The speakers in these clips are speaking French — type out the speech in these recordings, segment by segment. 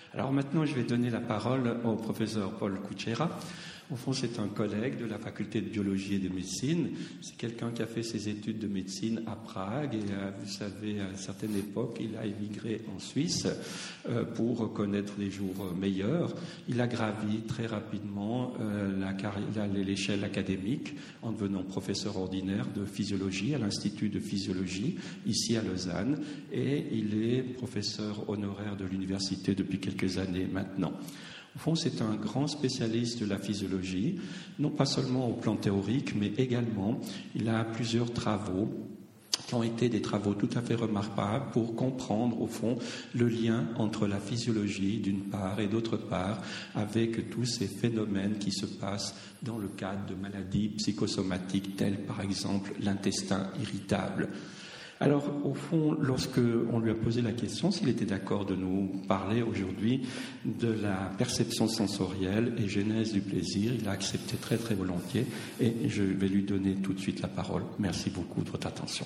Alors maintenant, je vais donner la parole au professeur Paul Kuchera. Au fond, c'est un collègue de la faculté de biologie et de médecine. C'est quelqu'un qui a fait ses études de médecine à Prague et, vous savez, à une certaine époque, il a émigré en Suisse pour connaître des jours meilleurs. Il a gravi très rapidement l'échelle académique en devenant professeur ordinaire de physiologie à l'Institut de physiologie ici à Lausanne et il est professeur honoraire de l'université depuis quelques années maintenant. Au fond, c'est un grand spécialiste de la physiologie, non pas seulement au plan théorique, mais également, il a plusieurs travaux qui ont été des travaux tout à fait remarquables pour comprendre, au fond, le lien entre la physiologie, d'une part, et d'autre part, avec tous ces phénomènes qui se passent dans le cadre de maladies psychosomatiques, telles, par exemple, l'intestin irritable. Alors, au fond, lorsque on lui a posé la question s'il était d'accord de nous parler aujourd'hui de la perception sensorielle et genèse du plaisir, il a accepté très très volontiers et je vais lui donner tout de suite la parole. Merci beaucoup de votre attention.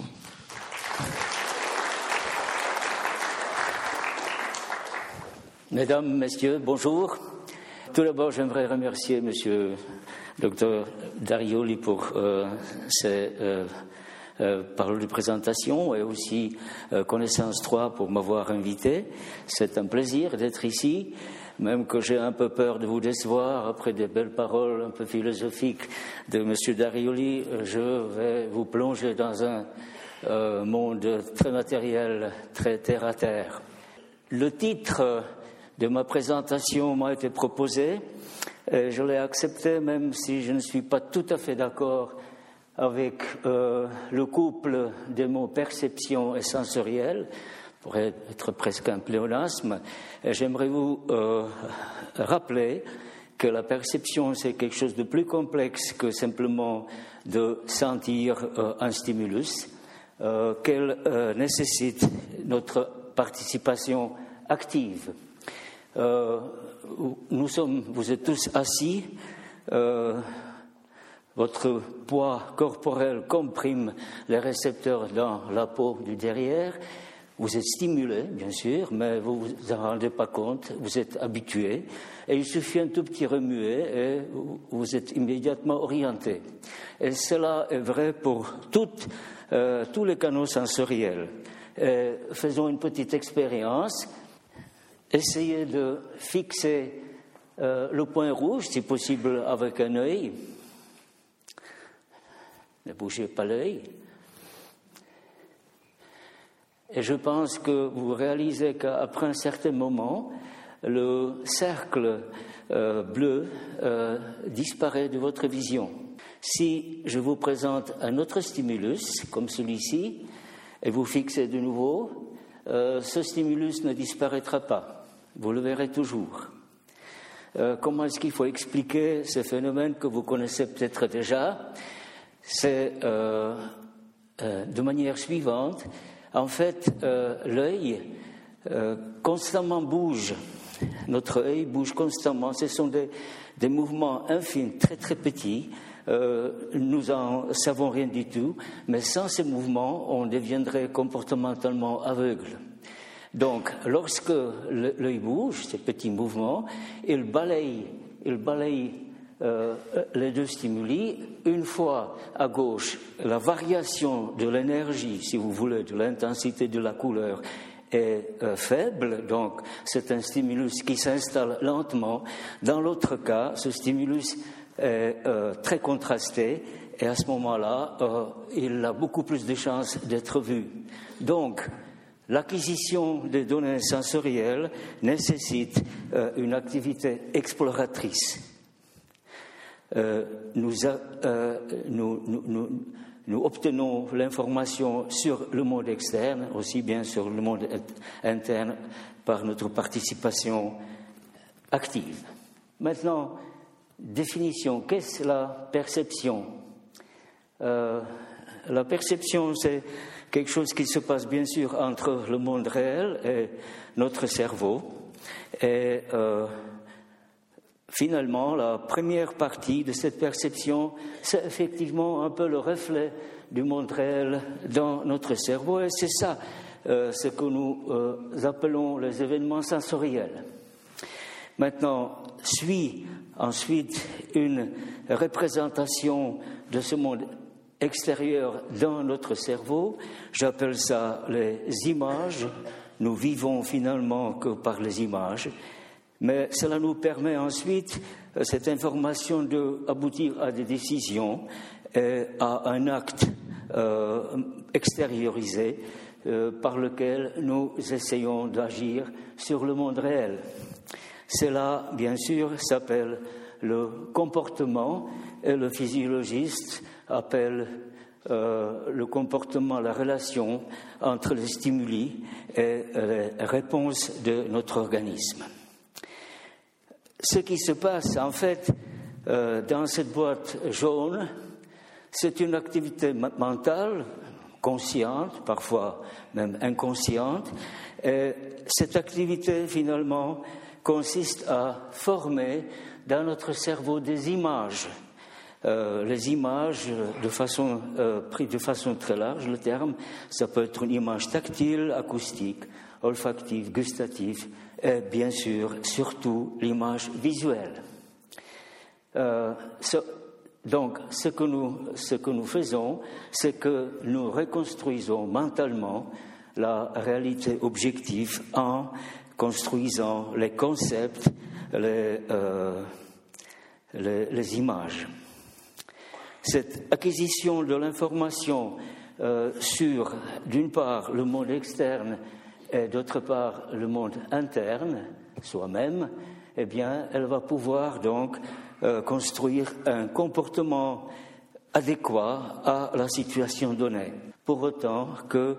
Mesdames, Messieurs, bonjour. Tout d'abord, j'aimerais remercier Monsieur Dr Darioli pour ses paroles de présentation et aussi Connaissance 3 pour m'avoir invité. C'est un plaisir d'être ici, même que j'ai un peu peur de vous décevoir après des belles paroles un peu philosophiques de M. Darioli. Je vais vous plonger dans un monde très matériel, très terre à terre. Le titre de ma présentation m'a été proposé et je l'ai accepté, même si je ne suis pas tout à fait d'accord avec le couple des mots perception et sensoriel, pourrait être presque un pléonasme. Et j'aimerais vous rappeler que la perception, c'est quelque chose de plus complexe que simplement de sentir un stimulus, qu'elle nécessite notre participation active. Vous êtes tous assis, votre poids corporel comprime les récepteurs dans la peau du derrière. Vous êtes stimulé, bien sûr, mais vous ne vous en rendez pas compte, vous êtes habitué. Et il suffit un tout petit remuer et vous êtes immédiatement orienté. Et cela est vrai pour tous les canaux sensoriels. Et faisons une petite expérience. Essayez de fixer le point rouge, si possible avec un œil. Ne bougez pas l'œil. Et je pense que vous réalisez qu'après un certain moment, le cercle bleu disparaît de votre vision. Si je vous présente un autre stimulus, comme celui-ci, et vous fixez de nouveau, ce stimulus ne disparaîtra pas. Vous le verrez toujours. Comment est-ce qu'il faut expliquer ce phénomène que vous connaissez peut-être déjà ? C'est de manière suivante. En fait, l'œil constamment bouge. Notre œil bouge constamment. Ce sont des mouvements infimes, très très petits. Nous en savons rien du tout. Mais sans ces mouvements, on deviendrait comportementalement aveugle. Donc, lorsque l'œil bouge, ces petits mouvements, il balaye les deux stimuli. Une fois à gauche, la variation de l'énergie, si vous voulez, de l'intensité de la couleur est faible, donc c'est un stimulus qui s'installe lentement. Dans l'autre cas, ce stimulus est très contrasté et à ce moment-là, il a beaucoup plus de chances d'être vu. Donc, l'acquisition des données sensorielles nécessite une activité exploratrice. Nous obtenons l'information sur le monde externe, aussi bien sur le monde interne, par notre participation active. Maintenant, définition, qu'est-ce la perception ? La perception, c'est quelque chose qui se passe bien sûr entre le monde réel et notre cerveau. Et finalement, la première partie de cette perception, c'est effectivement un peu le reflet du monde réel dans notre cerveau. Et c'est ça ce que nous appelons les événements sensoriels. Maintenant, suit ensuite une représentation de ce monde extérieur dans notre cerveau. J'appelle ça les images. Nous vivons finalement que par les images. Mais cela nous permet ensuite, cette information, d'aboutir à des décisions et à un acte extériorisé par lequel nous essayons d'agir sur le monde réel. Cela, bien sûr, s'appelle le comportement et le physiologiste appelle le comportement, la relation entre les stimuli et les réponses de notre organisme. Ce qui se passe, en fait, dans cette boîte jaune, c'est une activité mentale, consciente, parfois même inconsciente, et cette activité, finalement, consiste à former dans notre cerveau des images. Les images, pris de façon très large, le terme, ça peut être une image tactile, acoustique, olfactive, gustative, et bien sûr, surtout, l'image visuelle. Donc, ce que nous faisons, c'est que nous reconstruisons mentalement la réalité objective en construisant les concepts, les images. Cette acquisition de l'information sur, d'une part, le monde externe et d'autre part, le monde interne, soi-même, eh bien, elle va pouvoir donc construire un comportement adéquat à la situation donnée, pour autant que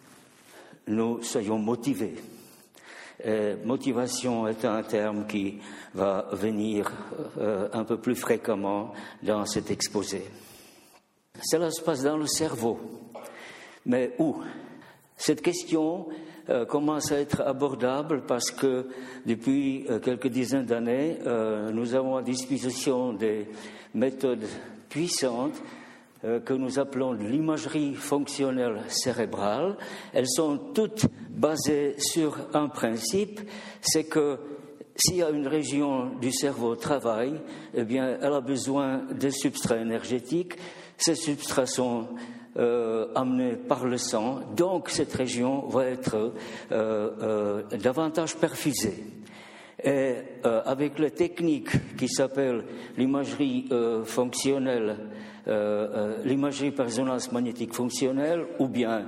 nous soyons motivés. Et motivation est un terme qui va venir un peu plus fréquemment dans cet exposé. Cela se passe dans le cerveau. Mais où? Cette question commence à être abordable parce que depuis quelques dizaines d'années, nous avons à disposition des méthodes puissantes que nous appelons de l'imagerie fonctionnelle cérébrale. Elles sont toutes basées sur un principe, c'est que s'il y a une région du cerveau travaille, eh bien, elle a besoin de substrats énergétiques. Ces substrats sont amenés par le sang, donc cette région va être davantage perfusée. Et avec les techniques qui s'appellent l'imagerie fonctionnelle, l'imagerie par résonance magnétique fonctionnelle ou bien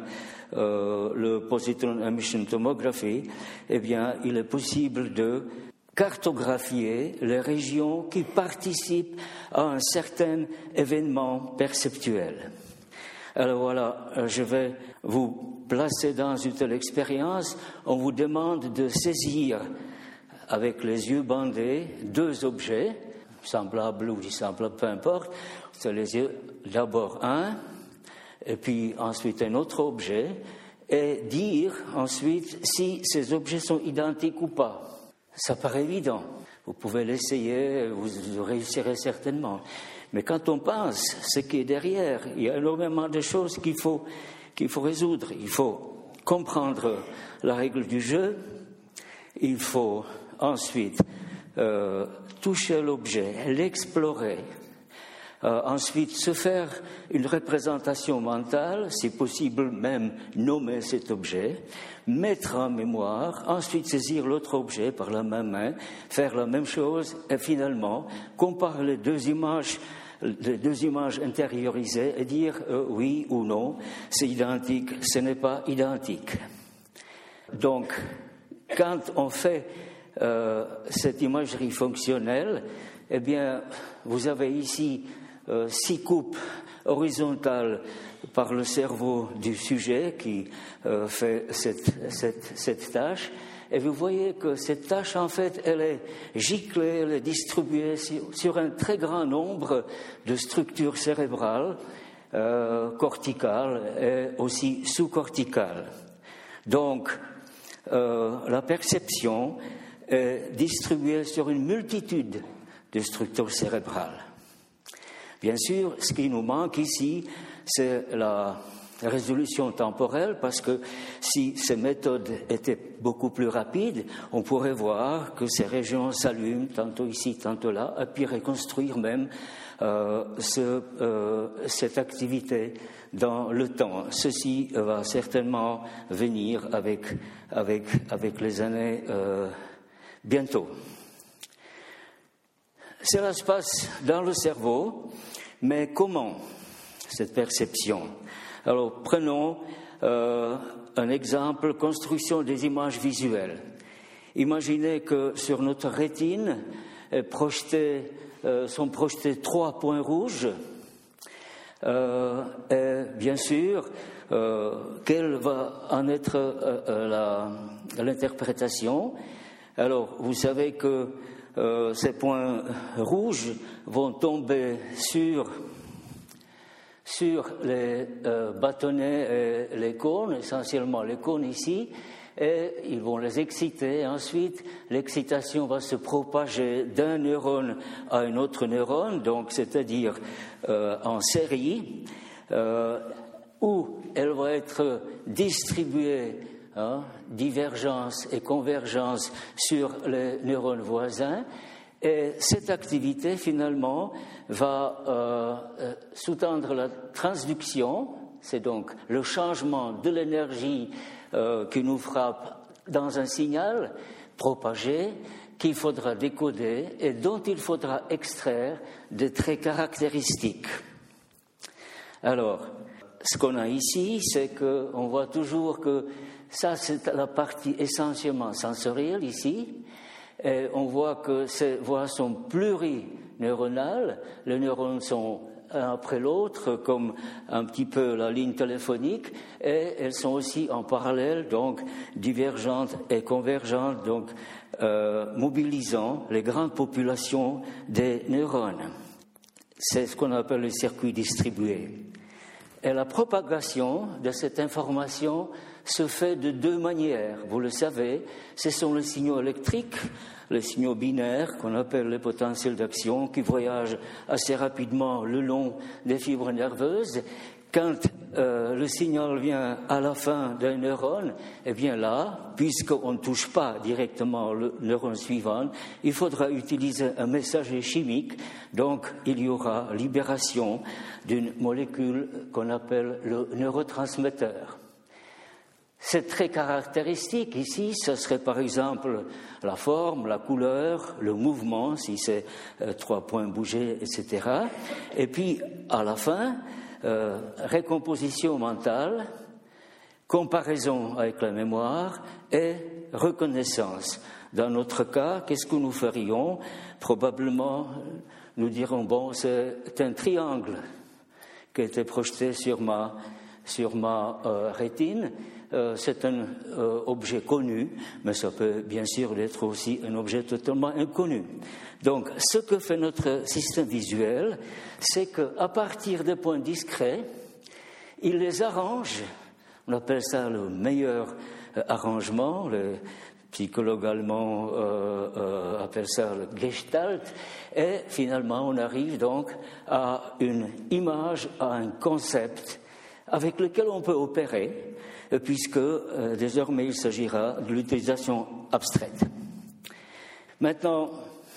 le positron emission tomography, eh bien, il est possible de cartographier les régions qui participent à un certain événement perceptuel. Alors voilà, je vais vous placer dans une telle expérience. On vous demande de saisir avec les yeux bandés deux objets, semblables ou dissemblables, peu importe. C'est les yeux, d'abord un, et puis ensuite un autre objet, et dire ensuite si ces objets sont identiques ou pas. Ça paraît évident. Vous pouvez l'essayer, vous réussirez certainement. Mais quand on pense ce qui est derrière, il y a énormément de choses qu'il faut résoudre. Il faut comprendre la règle du jeu. Il faut ensuite toucher l'objet, l'explorer. Ensuite, se faire une représentation mentale, si possible même nommer cet objet, mettre en mémoire, ensuite saisir l'autre objet par la même main, faire la même chose et finalement comparer les deux images intériorisées et dire oui ou non, c'est identique, ce n'est pas identique. Donc, quand on fait cette imagerie fonctionnelle, eh bien, vous avez ici 6 coupes horizontales par le cerveau du sujet qui fait cette tâche. Et vous voyez que cette tâche, en fait, elle est giclée, elle est distribuée sur un très grand nombre de structures cérébrales, corticales et aussi sous-corticales. Donc, la perception est distribuée sur une multitude de structures cérébrales. Bien sûr, ce qui nous manque ici, c'est la résolution temporelle, parce que si ces méthodes étaient beaucoup plus rapides, on pourrait voir que ces régions s'allument tantôt ici, tantôt là, et puis reconstruire même cette activité dans le temps. Ceci va certainement venir avec les années bientôt. Cela se passe dans le cerveau, mais comment cette perception? Alors prenons un exemple, construction des images visuelles. Imaginez que sur notre rétine sont projetés 3 points rouges. Et bien sûr, quelle va en être l'interprétation? Alors, vous savez que ces points rouges vont tomber sur les bâtonnets et les cônes, essentiellement les cônes ici, et ils vont les exciter. Ensuite, l'excitation va se propager d'un neurone à un autre neurone, donc c'est-à-dire en série, où elle va être distribuée, divergence et convergence sur les neurones voisins. Et cette activité, finalement, va sous-tendre la transduction, c'est donc le changement de l'énergie qui nous frappe dans un signal propagé qu'il faudra décoder et dont il faudra extraire des traits caractéristiques. Alors, ce qu'on a ici, c'est qu'on voit toujours que ça, c'est la partie essentiellement sensorielle ici. Et on voit que ces voies sont plurineuronales, les neurones sont un après l'autre, comme un petit peu la ligne téléphonique, et elles sont aussi en parallèle, donc divergentes et convergentes, donc mobilisant les grandes populations des neurones. C'est ce qu'on appelle le circuit distribué. Et la propagation de cette information se fait de 2 manières. Vous le savez, ce sont les signaux électriques, les signaux binaires qu'on appelle les potentiels d'action qui voyagent assez rapidement le long des fibres nerveuses. Quand le signal vient à la fin d'un neurone, eh bien là, puisqu'on ne touche pas directement le neurone suivant, il faudra utiliser un messager chimique. Donc, il y aura libération d'une molécule qu'on appelle le neurotransmetteur. C'est très caractéristique ici, ce serait par exemple la forme, la couleur, le mouvement, si c'est 3 points bougés, etc. Et puis, à la fin, récomposition mentale, comparaison avec la mémoire et reconnaissance. Dans notre cas, qu'est-ce que nous ferions? Probablement, nous dirons, bon, c'est un triangle qui a été projeté sur ma rétine. C'est un objet connu, mais ça peut bien sûr être aussi un objet totalement inconnu. Donc, ce que fait notre système visuel, c'est qu'à partir des points discrets, il les arrange. On appelle ça le meilleur arrangement. Les psychologues allemands appellent ça le Gestalt. Et finalement, on arrive donc à une image, à un concept avec lequel on peut opérer, puisque désormais il s'agira de l'utilisation abstraite. Maintenant,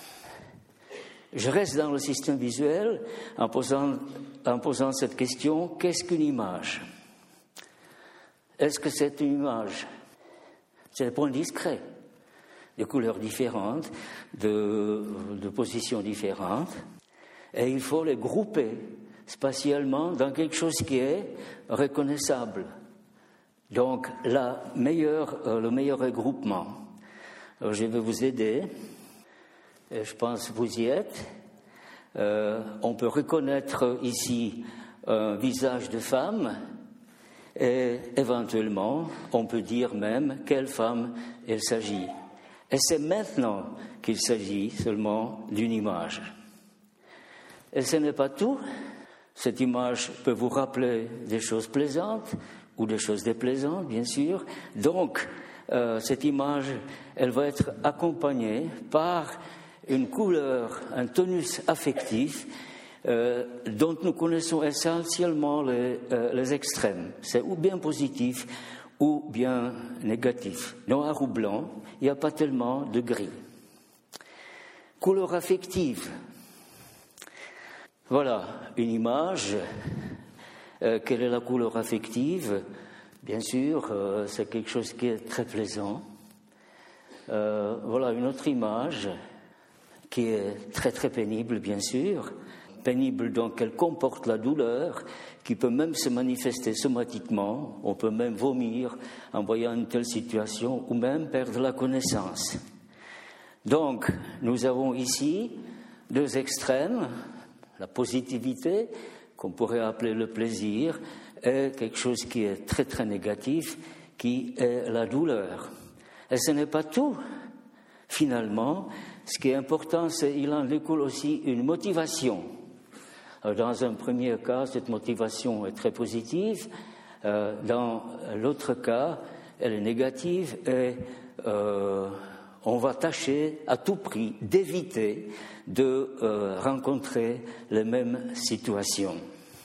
je reste dans le système visuel en posant cette question, qu'est-ce qu'une image? Est-ce que c'est une image? C'est des points discrets, de couleurs différentes, de positions différentes, et il faut les grouper spatialement dans quelque chose qui est reconnaissable. Donc, le meilleur regroupement. Alors, je vais vous aider. Et je pense que vous y êtes. On peut reconnaître ici un visage de femme et éventuellement, on peut dire même quelle femme il s'agit. Et c'est maintenant qu'il s'agit seulement d'une image. Et ce n'est pas tout. Cette image peut vous rappeler des choses plaisantes ou des choses déplaisantes, bien sûr. Donc, cette image, elle va être accompagnée par une couleur, un tonus affectif dont nous connaissons essentiellement les extrêmes. C'est ou bien positif ou bien négatif. Noir ou blanc, il n'y a pas tellement de gris. Couleur affective. Voilà une image. Quelle est la couleur affective? Bien sûr, c'est quelque chose qui est très plaisant. Voilà une autre image qui est très très pénible, bien sûr. Pénible donc qu'elle comporte la douleur, qui peut même se manifester somatiquement. On peut même vomir en voyant une telle situation, ou même perdre la connaissance. Donc, nous avons ici deux extrêmes. La positivité, qu'on pourrait appeler le plaisir, est quelque chose qui est très très négatif, qui est la douleur. Et ce n'est pas tout. Finalement, ce qui est important, c'est qu'il en découle aussi une motivation. Dans un premier cas, cette motivation est très positive. Dans l'autre cas, elle est négative et on va tâcher à tout prix d'éviter de rencontrer les mêmes situations.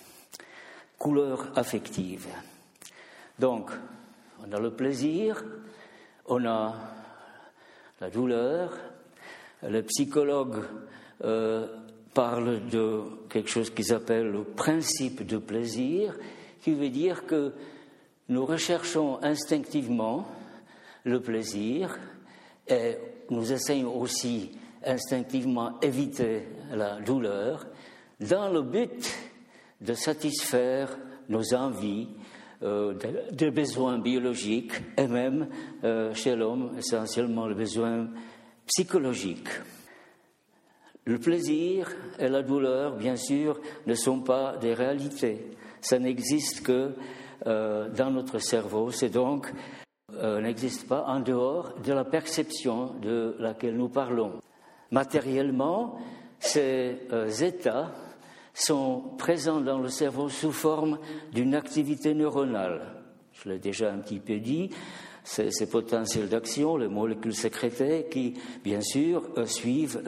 Couleur affective. Donc, on a le plaisir, on a la douleur. Les psychologues parlent de quelque chose qu'ils appellent le principe de plaisir, qui veut dire que nous recherchons instinctivement le plaisir et nous essayons aussi instinctivement éviter la douleur dans le but de satisfaire nos envies, des besoins biologiques et même chez l'homme essentiellement les besoins psychologiques. Le plaisir et la douleur, bien sûr, ne sont pas des réalités. Ça n'existe que dans notre cerveau. C'est donc n'existe pas en dehors de la perception de laquelle nous parlons. Matériellement, ces états sont présents dans le cerveau sous forme d'une activité neuronale. Je l'ai déjà un petit peu dit, ces potentiels d'action, les molécules sécrétées qui, bien sûr, suivent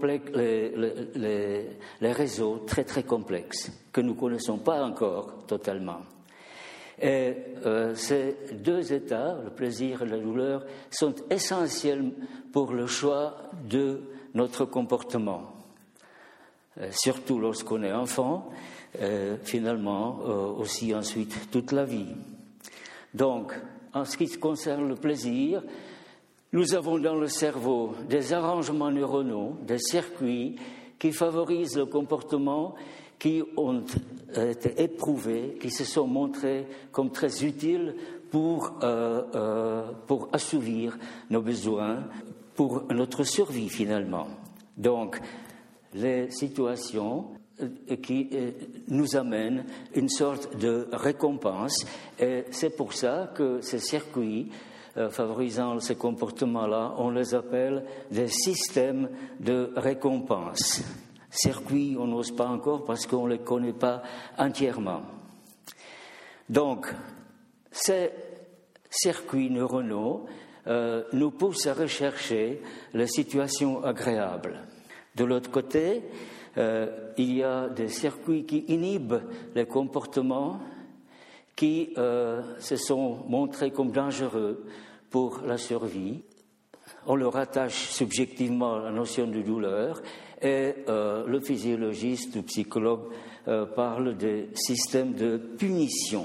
les réseaux très très complexes que nous ne connaissons pas encore totalement. Et ces deux états, le plaisir et la douleur, sont essentiels pour le choix de notre comportement. Surtout lorsqu'on est enfant, finalement aussi ensuite toute la vie. Donc, en ce qui concerne le plaisir, nous avons dans le cerveau des arrangements neuronaux, des circuits qui favorisent le comportement, qui ont été éprouvés, qui se sont montrés comme très utiles pour assouvir nos besoins, pour notre survie finalement. Donc, les situations qui nous amènent une sorte de récompense. Et c'est pour ça que ces circuits favorisant ces comportements-là, on les appelle des systèmes de récompense. Circuits, on n'ose pas encore parce qu'on ne les connaît pas entièrement. Donc, ces circuits neuronaux nous poussent à rechercher les situations agréables. De l'autre côté, il y a des circuits qui inhibent les comportements qui se sont montrés comme dangereux pour la survie. On leur attache subjectivement la notion de douleur et le physiologiste ou psychologue parle des systèmes de punition.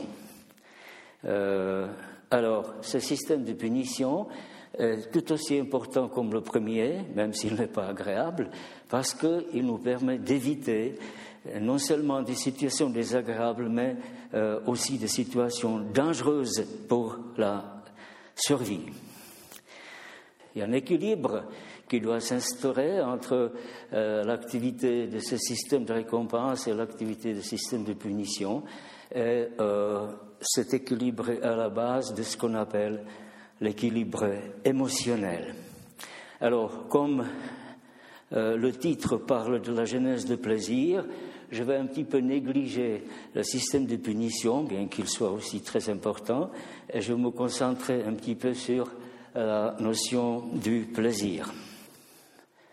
Alors, ce système de punition est tout aussi important comme le premier, même s'il n'est pas agréable, parce qu'il nous permet d'éviter non seulement des situations désagréables, mais aussi des situations dangereuses pour la survie. Il y a un équilibre qui doit s'instaurer entre l'activité de ce système de récompense et l'activité du système de punition. Et cet équilibre est à la base de ce qu'on appelle l'équilibre émotionnel. Alors, comme le titre parle de la genèse du plaisir, je vais un petit peu négliger le système de punition, bien qu'il soit aussi très important, et je vais me concentrer un petit peu sur la notion du plaisir.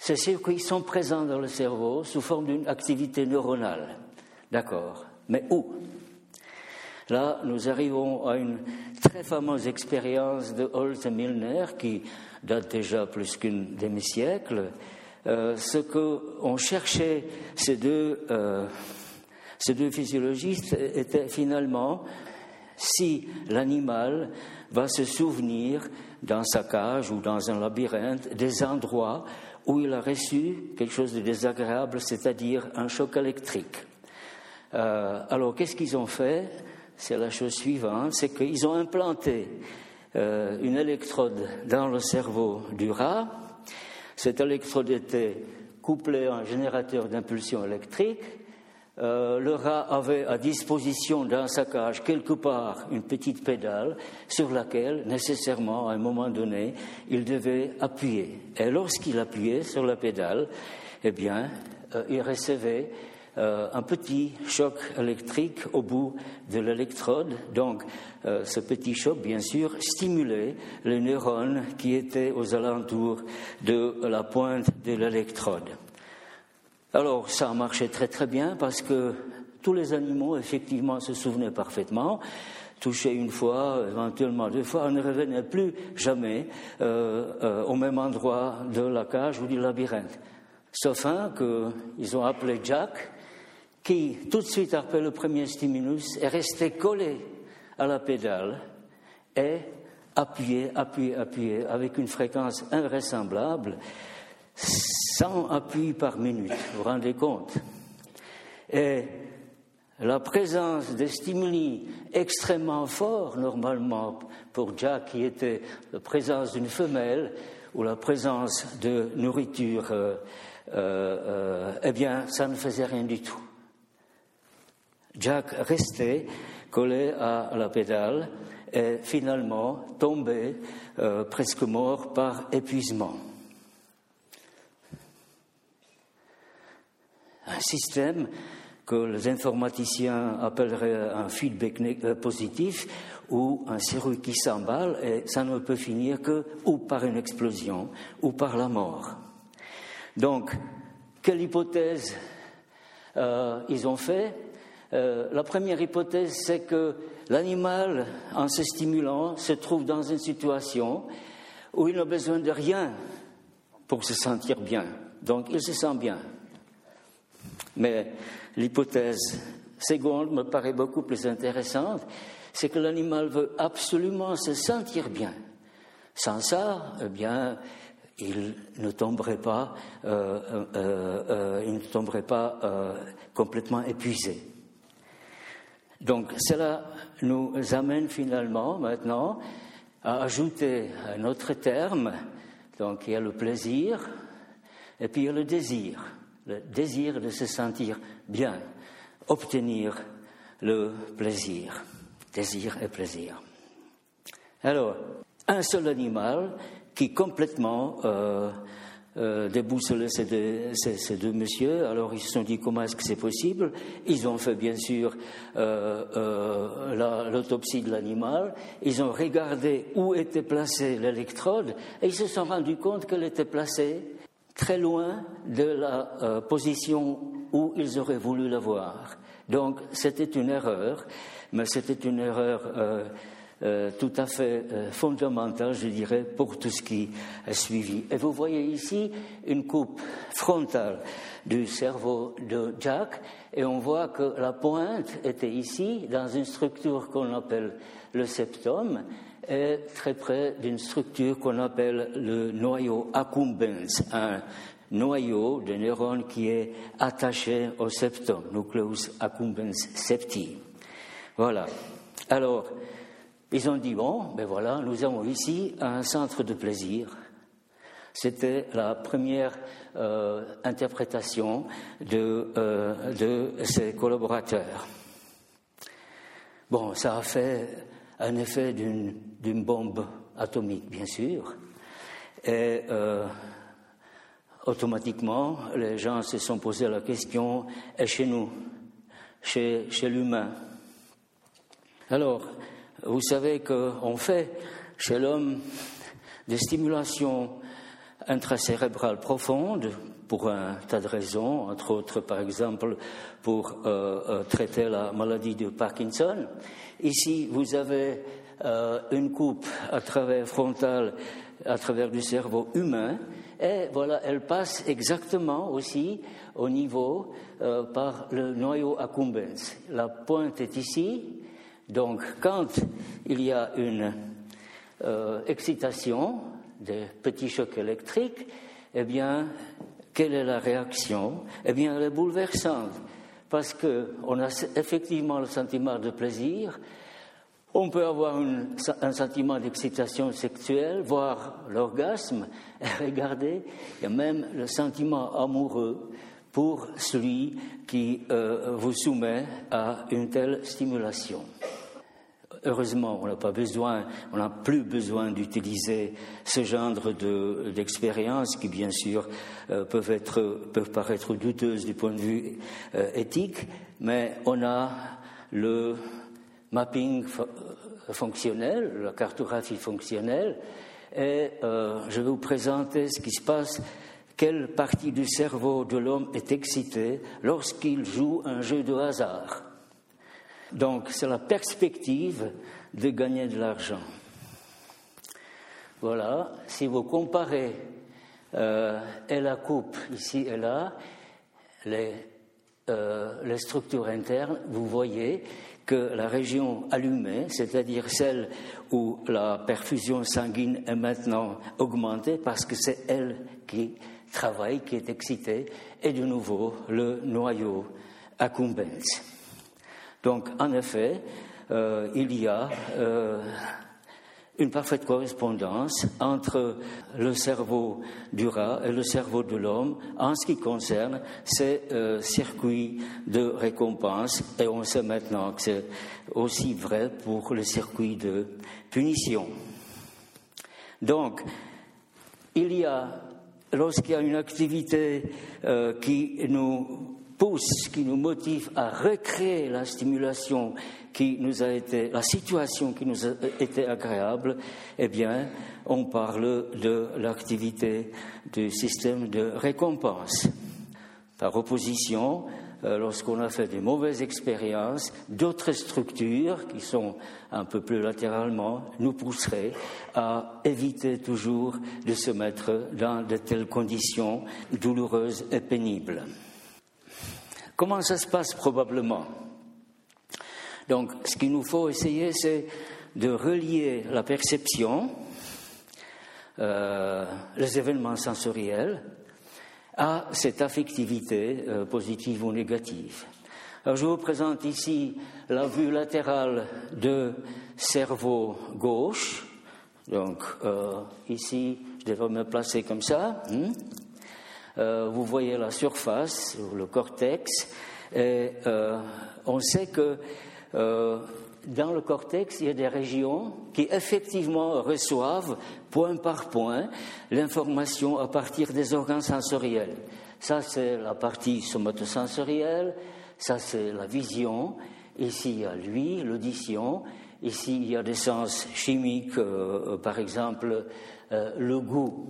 ces circuits sont présents dans le cerveau sous forme d'une activité neuronale. D'accord. Mais où? Là, nous arrivons à une très fameuse expérience de Holtz et Milner qui date déjà plus qu'une demi-siècle. Ce qu'ont cherché ces deux physiologistes était finalement si l'animal va se souvenir dans sa cage ou dans un labyrinthe des endroits où il a reçu quelque chose de désagréable, c'est-à-dire un choc électrique. Alors, qu'est-ce qu'ils ont fait? C'est la chose suivante, c'est qu'ils ont implanté une électrode dans le cerveau du rat. Cette électrode était couplée à un générateur d'impulsion électrique. Le rat avait à disposition dans sa cage quelque part une petite pédale sur laquelle, nécessairement, à un moment donné, il devait appuyer. Et lorsqu'il appuyait sur la pédale, eh bien, il recevait un petit choc électrique au bout de l'électrode. Donc, ce petit choc, bien sûr, stimulait les neurones qui étaient aux alentours de la pointe de l'électrode. Alors, ça a marché très très bien parce que tous les animaux, effectivement, se souvenaient parfaitement. Touché une fois, éventuellement deux fois, on ne revenait plus jamais au même endroit de la cage ou du labyrinthe. Sauf un qu'ils ont appelé Jack, qui, tout de suite après le premier stimulus, est resté collé à la pédale et appuyé avec une fréquence invraisemblable, 100 appuis par minute, vous vous rendez compte? Et la présence de stimuli extrêmement forts, normalement, pour Jack, qui était la présence d'une femelle ou la présence de nourriture, eh bien, ça ne faisait rien du tout. Jack restait collé à la pédale et finalement tombé presque mort par épuisement. Un système que les informaticiens appelleraient un feedback positif ou un circuit qui s'emballe et ça ne peut finir que ou par une explosion ou par la mort. Donc, quelle hypothèse ils ont fait? La première hypothèse, c'est que l'animal, en se stimulant, se trouve dans une situation où il n'a besoin de rien pour se sentir bien. Donc, il se sent bien. Mais l'hypothèse seconde me paraît beaucoup plus intéressante, c'est que l'animal veut absolument se sentir bien. Sans ça, eh bien, il ne tomberait pas complètement épuisé. Donc, cela nous amène finalement maintenant à ajouter un autre terme. Donc, il y a le plaisir et puis il y a le désir de se sentir bien, obtenir le plaisir, désir et plaisir. Alors, un seul animal qui complètement déboussolait ces deux messieurs. Alors ils se sont dit comment est-ce que c'est possible. Ils ont fait bien sûr l'autopsie de l'animal. Ils ont regardé où était placée l'électrode et ils se sont rendus compte qu'elle était placée très loin de la position où ils auraient voulu la voir. Donc c'était une erreur, mais c'était une erreur tout à fait fondamentale, je dirais, pour tout ce qui est suivi. Et vous voyez ici une coupe frontale du cerveau de Jack, et on voit que la pointe était ici, dans une structure qu'on appelle le septum, et très près d'une structure qu'on appelle le noyau accumbens, un noyau de neurones qui est attaché au septum, nucleus accumbens septi. Voilà. Alors, ils ont dit, bon, ben voilà, nous avons ici un centre de plaisir. C'était la première interprétation de ces collaborateurs. Bon, ça a fait un effet d'une bombe atomique, bien sûr. Et automatiquement, les gens se sont posé la question, et chez nous, chez l'humain? Alors, vous savez qu'on fait chez l'homme des stimulations intracérébrale profonde pour un tas de raisons, entre autres, par exemple, pour traiter la maladie de Parkinson. Ici, vous avez une coupe à travers frontale, à travers du cerveau humain, et voilà, elle passe exactement aussi au niveau par le noyau accumbens. La pointe est ici, donc quand il y a une excitation, des petits chocs électriques, eh bien, quelle est la réaction? Eh bien, elle est bouleversante, parce qu'on a effectivement le sentiment de plaisir. On peut avoir un sentiment d'excitation sexuelle, voire l'orgasme. Et regardez, il y a même le sentiment amoureux pour celui qui vous soumet à une telle stimulation. Heureusement, on n'a plus besoin d'utiliser ce genre d'expériences qui, bien sûr, peuvent paraître douteuses du point de vue éthique, mais on a le mapping fonctionnel, la cartographie fonctionnelle, et je vais vous présenter ce qui se passe, quelle partie du cerveau de l'homme est excitée lorsqu'il joue un jeu de hasard. Donc, c'est la perspective de gagner de l'argent. Voilà, si vous comparez et la coupe ici et là, les structures internes, vous voyez que la région allumée, c'est-à-dire celle où la perfusion sanguine est maintenant augmentée parce que c'est elle qui travaille, qui est excitée, est de nouveau le noyau accumbens. Donc, en effet, il y a une parfaite correspondance entre le cerveau du rat et le cerveau de l'homme en ce qui concerne ces circuits de récompense. Et on sait maintenant que c'est aussi vrai pour les circuits de punition. Donc, lorsqu'il y a une activité qui nous pousse, qui nous motive à recréer la stimulation la situation qui nous a été agréable, eh bien, on parle de l'activité du système de récompense. Par opposition, lorsqu'on a fait des mauvaises expériences, d'autres structures qui sont un peu plus latéralement nous pousseraient à éviter toujours de se mettre dans de telles conditions douloureuses et pénibles. Comment ça se passe probablement? Donc, ce qu'il nous faut essayer, c'est de relier la perception, les événements sensoriels, à cette affectivité positive ou négative. Alors, je vous présente ici la vue latérale de cerveau gauche. Donc, ici, je devrais me placer comme ça. Vous voyez la surface, le cortex, et on sait que dans le cortex, il y a des régions qui effectivement reçoivent point par point l'information à partir des organes sensoriels. Ça, c'est la partie somatosensorielle, ça, c'est la vision, ici, il y a l'ouïe, l'audition, ici, il y a des sens chimiques, par exemple, le goût.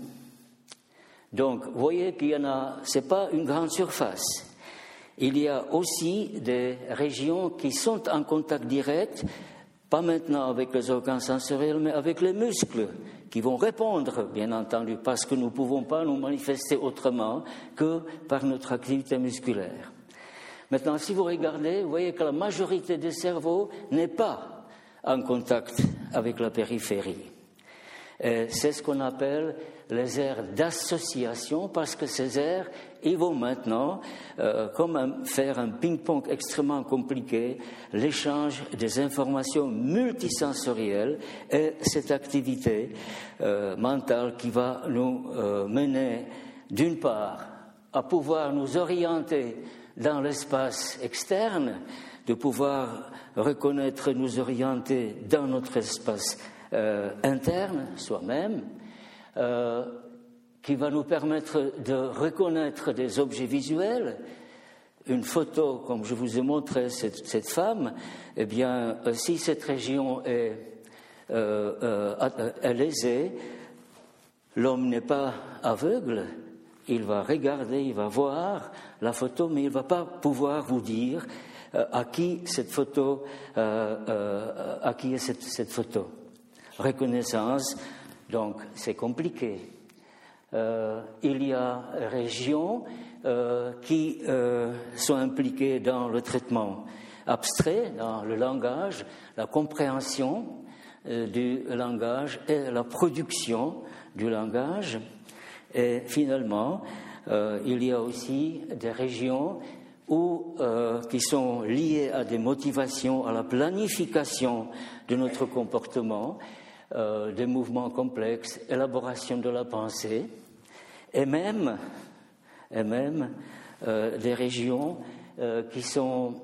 Donc, vous voyez qu'il y en a, c'est pas une grande surface. Il y a aussi des régions qui sont en contact direct, pas maintenant avec les organes sensoriels, mais avec les muscles, qui vont répondre, bien entendu, parce que nous ne pouvons pas nous manifester autrement que par notre activité musculaire. Maintenant, si vous regardez, vous voyez que la majorité des cerveaux n'est pas en contact avec la périphérie. Et c'est ce qu'on appelle les aires d'association, parce que ces aires, ils vont maintenant faire un ping-pong extrêmement compliqué, l'échange des informations multisensorielles et cette activité mentale qui va nous mener, d'une part, à pouvoir nous orienter dans l'espace externe, de pouvoir reconnaître, nous orienter dans notre espace interne, soi-même, qui va nous permettre de reconnaître des objets visuels. Une photo, comme je vous ai montré cette femme, eh bien, si cette région est lésée, L'homme n'est pas aveugle, il va regarder, il va voir la photo, mais il ne va pas pouvoir vous dire à qui est cette photo. Reconnaissance, donc c'est compliqué. Il y a régions qui sont impliquées dans le traitement abstrait, dans le langage, la compréhension du langage et la production du langage. Et finalement, il y a aussi des régions qui sont liées à des motivations, à la planification de notre comportement, des mouvements complexes, élaboration de la pensée, et même des régions qui sont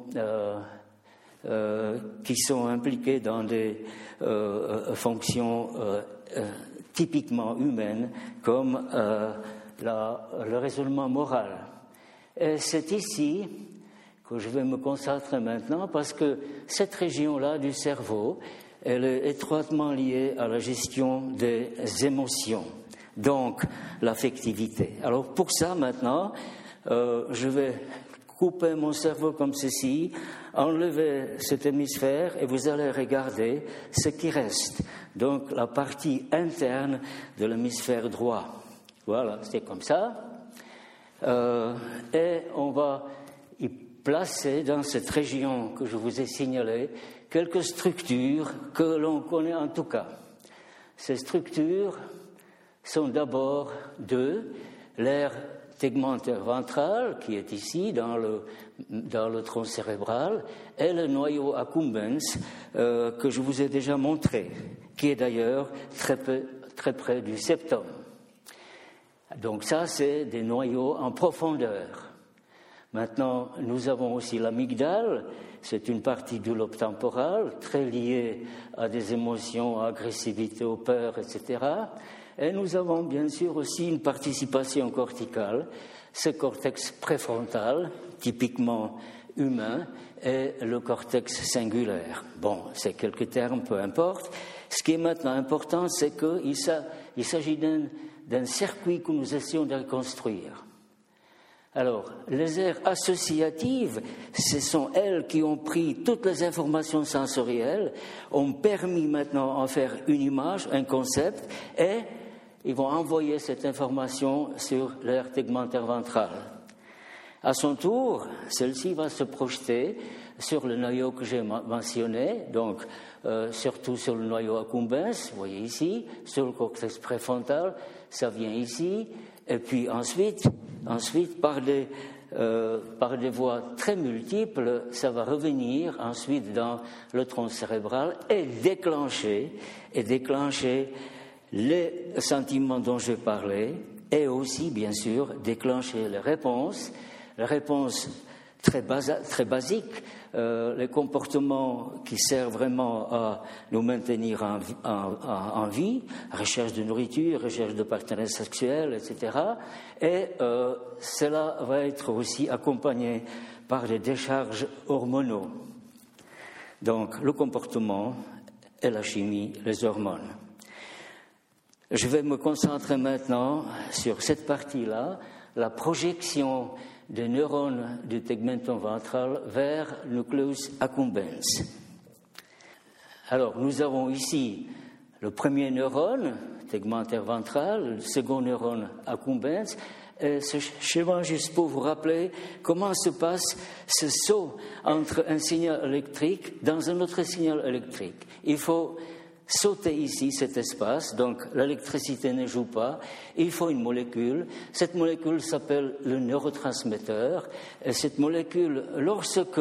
impliquées dans des fonctions typiquement humaines, comme le raisonnement moral. Et c'est ici que je vais me concentrer maintenant, parce que cette région-là du cerveau, elle est étroitement liée à la gestion des émotions, donc l'affectivité. Alors pour ça, maintenant, je vais couper mon cerveau comme ceci, enlever cet hémisphère et vous allez regarder ce qui reste, donc la partie interne de l'hémisphère droit. Voilà, c'est comme ça. Et on va y placer dans cette région que je vous ai signalée quelques structures que l'on connaît en tout cas. Ces structures sont d'abord deux: l'aire tegmentaire ventral, qui est ici dans le tronc cérébral, et le noyau accumbens que je vous ai déjà montré, qui est d'ailleurs très près du septum. Donc ça, c'est des noyaux en profondeur. Maintenant, nous avons aussi l'amygdale. C'est une partie du lobe temporal, très liée à des émotions, à agressivité, aux peurs, etc. Et nous avons bien sûr aussi une participation corticale, ce cortex préfrontal, typiquement humain, et le cortex singulaire. Bon, c'est quelques termes, peu importe. Ce qui est maintenant important, c'est qu'il s'agit d'un circuit que nous essayons de reconstruire. Alors, les aires associatives, ce sont elles qui ont pris toutes les informations sensorielles, ont permis maintenant d'en faire une image, un concept, et ils vont envoyer cette information sur l'aire tegmentaire ventrale. À son tour, celle-ci va se projeter sur le noyau que j'ai mentionné, donc surtout sur le noyau accumbens, vous voyez ici, sur le cortex préfrontal, ça vient ici, et puis ensuite par des voies très multiples, ça va revenir ensuite dans le tronc cérébral et déclencher les sentiments dont j'ai parlé, et aussi, bien sûr, déclencher les réponses très basiques, les comportements qui servent vraiment à nous maintenir en vie, recherche de nourriture, recherche de partenaires sexuels, etc. Et cela va être aussi accompagné par des décharges hormonaux. Donc, le comportement et la chimie, les hormones. Je vais me concentrer maintenant sur cette partie-là, la projection des neurones du tegmentum ventral vers le nucleus accumbens. Alors, nous avons ici le premier neurone, tegmentaire ventral, le second neurone accumbens. Et ce schéma, juste pour vous rappeler comment se passe ce saut entre un signal électrique dans un autre signal électrique. Il faut sauter ici cet espace, donc l'électricité ne joue pas, il faut une molécule. Cette molécule s'appelle le neurotransmetteur, et cette molécule, lorsque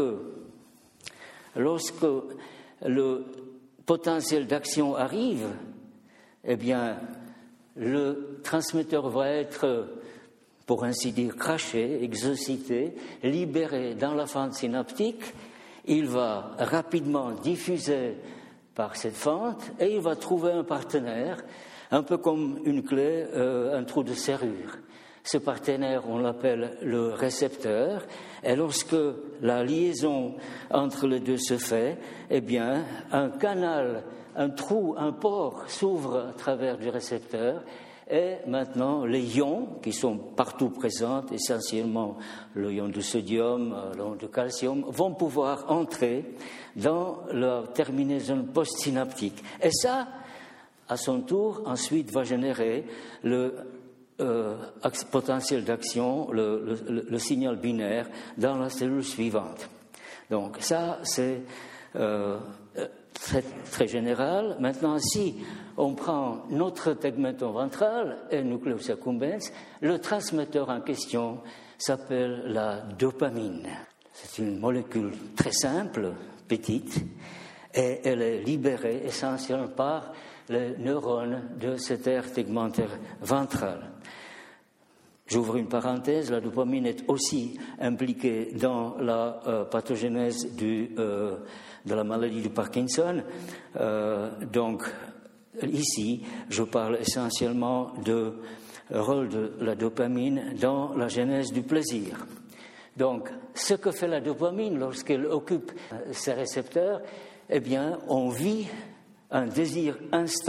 le potentiel d'action arrive, eh bien, le transmetteur va être, pour ainsi dire, craché, exocité, libéré dans la fente synaptique. Il va rapidement diffuser par cette fente, et il va trouver un partenaire, un peu comme une clé, un trou de serrure. Ce partenaire, on l'appelle le récepteur, et lorsque la liaison entre les deux se fait, eh bien, un canal, un trou, un pore s'ouvre à travers du récepteur, Et maintenant, les ions qui sont partout présents, essentiellement le ion de sodium, l'ion de calcium, vont pouvoir entrer dans leur terminaison postsynaptique. Et ça, à son tour, ensuite va générer le potentiel d'action, le signal binaire dans la cellule suivante. Donc ça, c'est très, très général. Maintenant, si on prend notre tegmentum ventral et nucleus accumbens, le transmetteur en question s'appelle la dopamine. C'est une molécule très simple, petite, et elle est libérée essentiellement par les neurones de cette aire tegmentaire ventrale. J'ouvre une parenthèse, la dopamine est aussi impliquée dans la pathogénèse de la maladie de Parkinson. Donc, ici, je parle essentiellement du rôle de la dopamine dans la genèse du plaisir. Donc, ce que fait la dopamine lorsqu'elle occupe ses récepteurs, eh bien, on vit un désir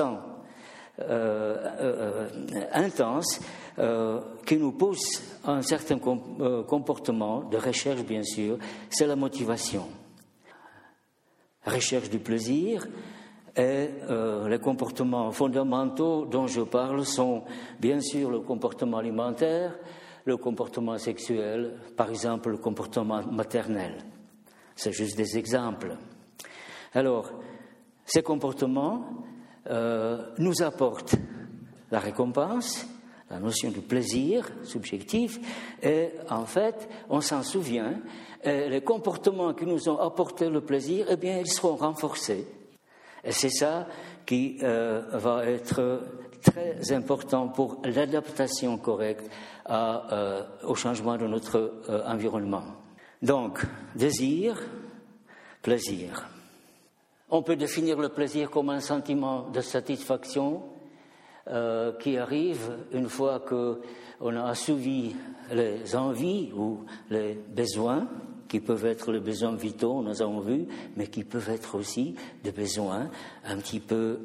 intense qui nous pousse à un certain comportement de recherche, bien sûr, c'est la motivation. Recherche du plaisir et les comportements fondamentaux dont je parle sont bien sûr le comportement alimentaire, le comportement sexuel, par exemple le comportement maternel. C'est juste des exemples. Alors, ces comportements nous apportent la récompense, la notion du plaisir subjectif, et en fait, on s'en souvient, et les comportements qui nous ont apporté le plaisir, eh bien, ils seront renforcés. Et c'est ça qui va être très important pour l'adaptation correcte au changement de notre environnement. Donc, désir, plaisir. On peut définir le plaisir comme un sentiment de satisfaction qui arrive une fois qu'on a assouvi les envies ou les besoins, qui peuvent être les besoins vitaux, nous avons vu, mais qui peuvent être aussi des besoins un petit peu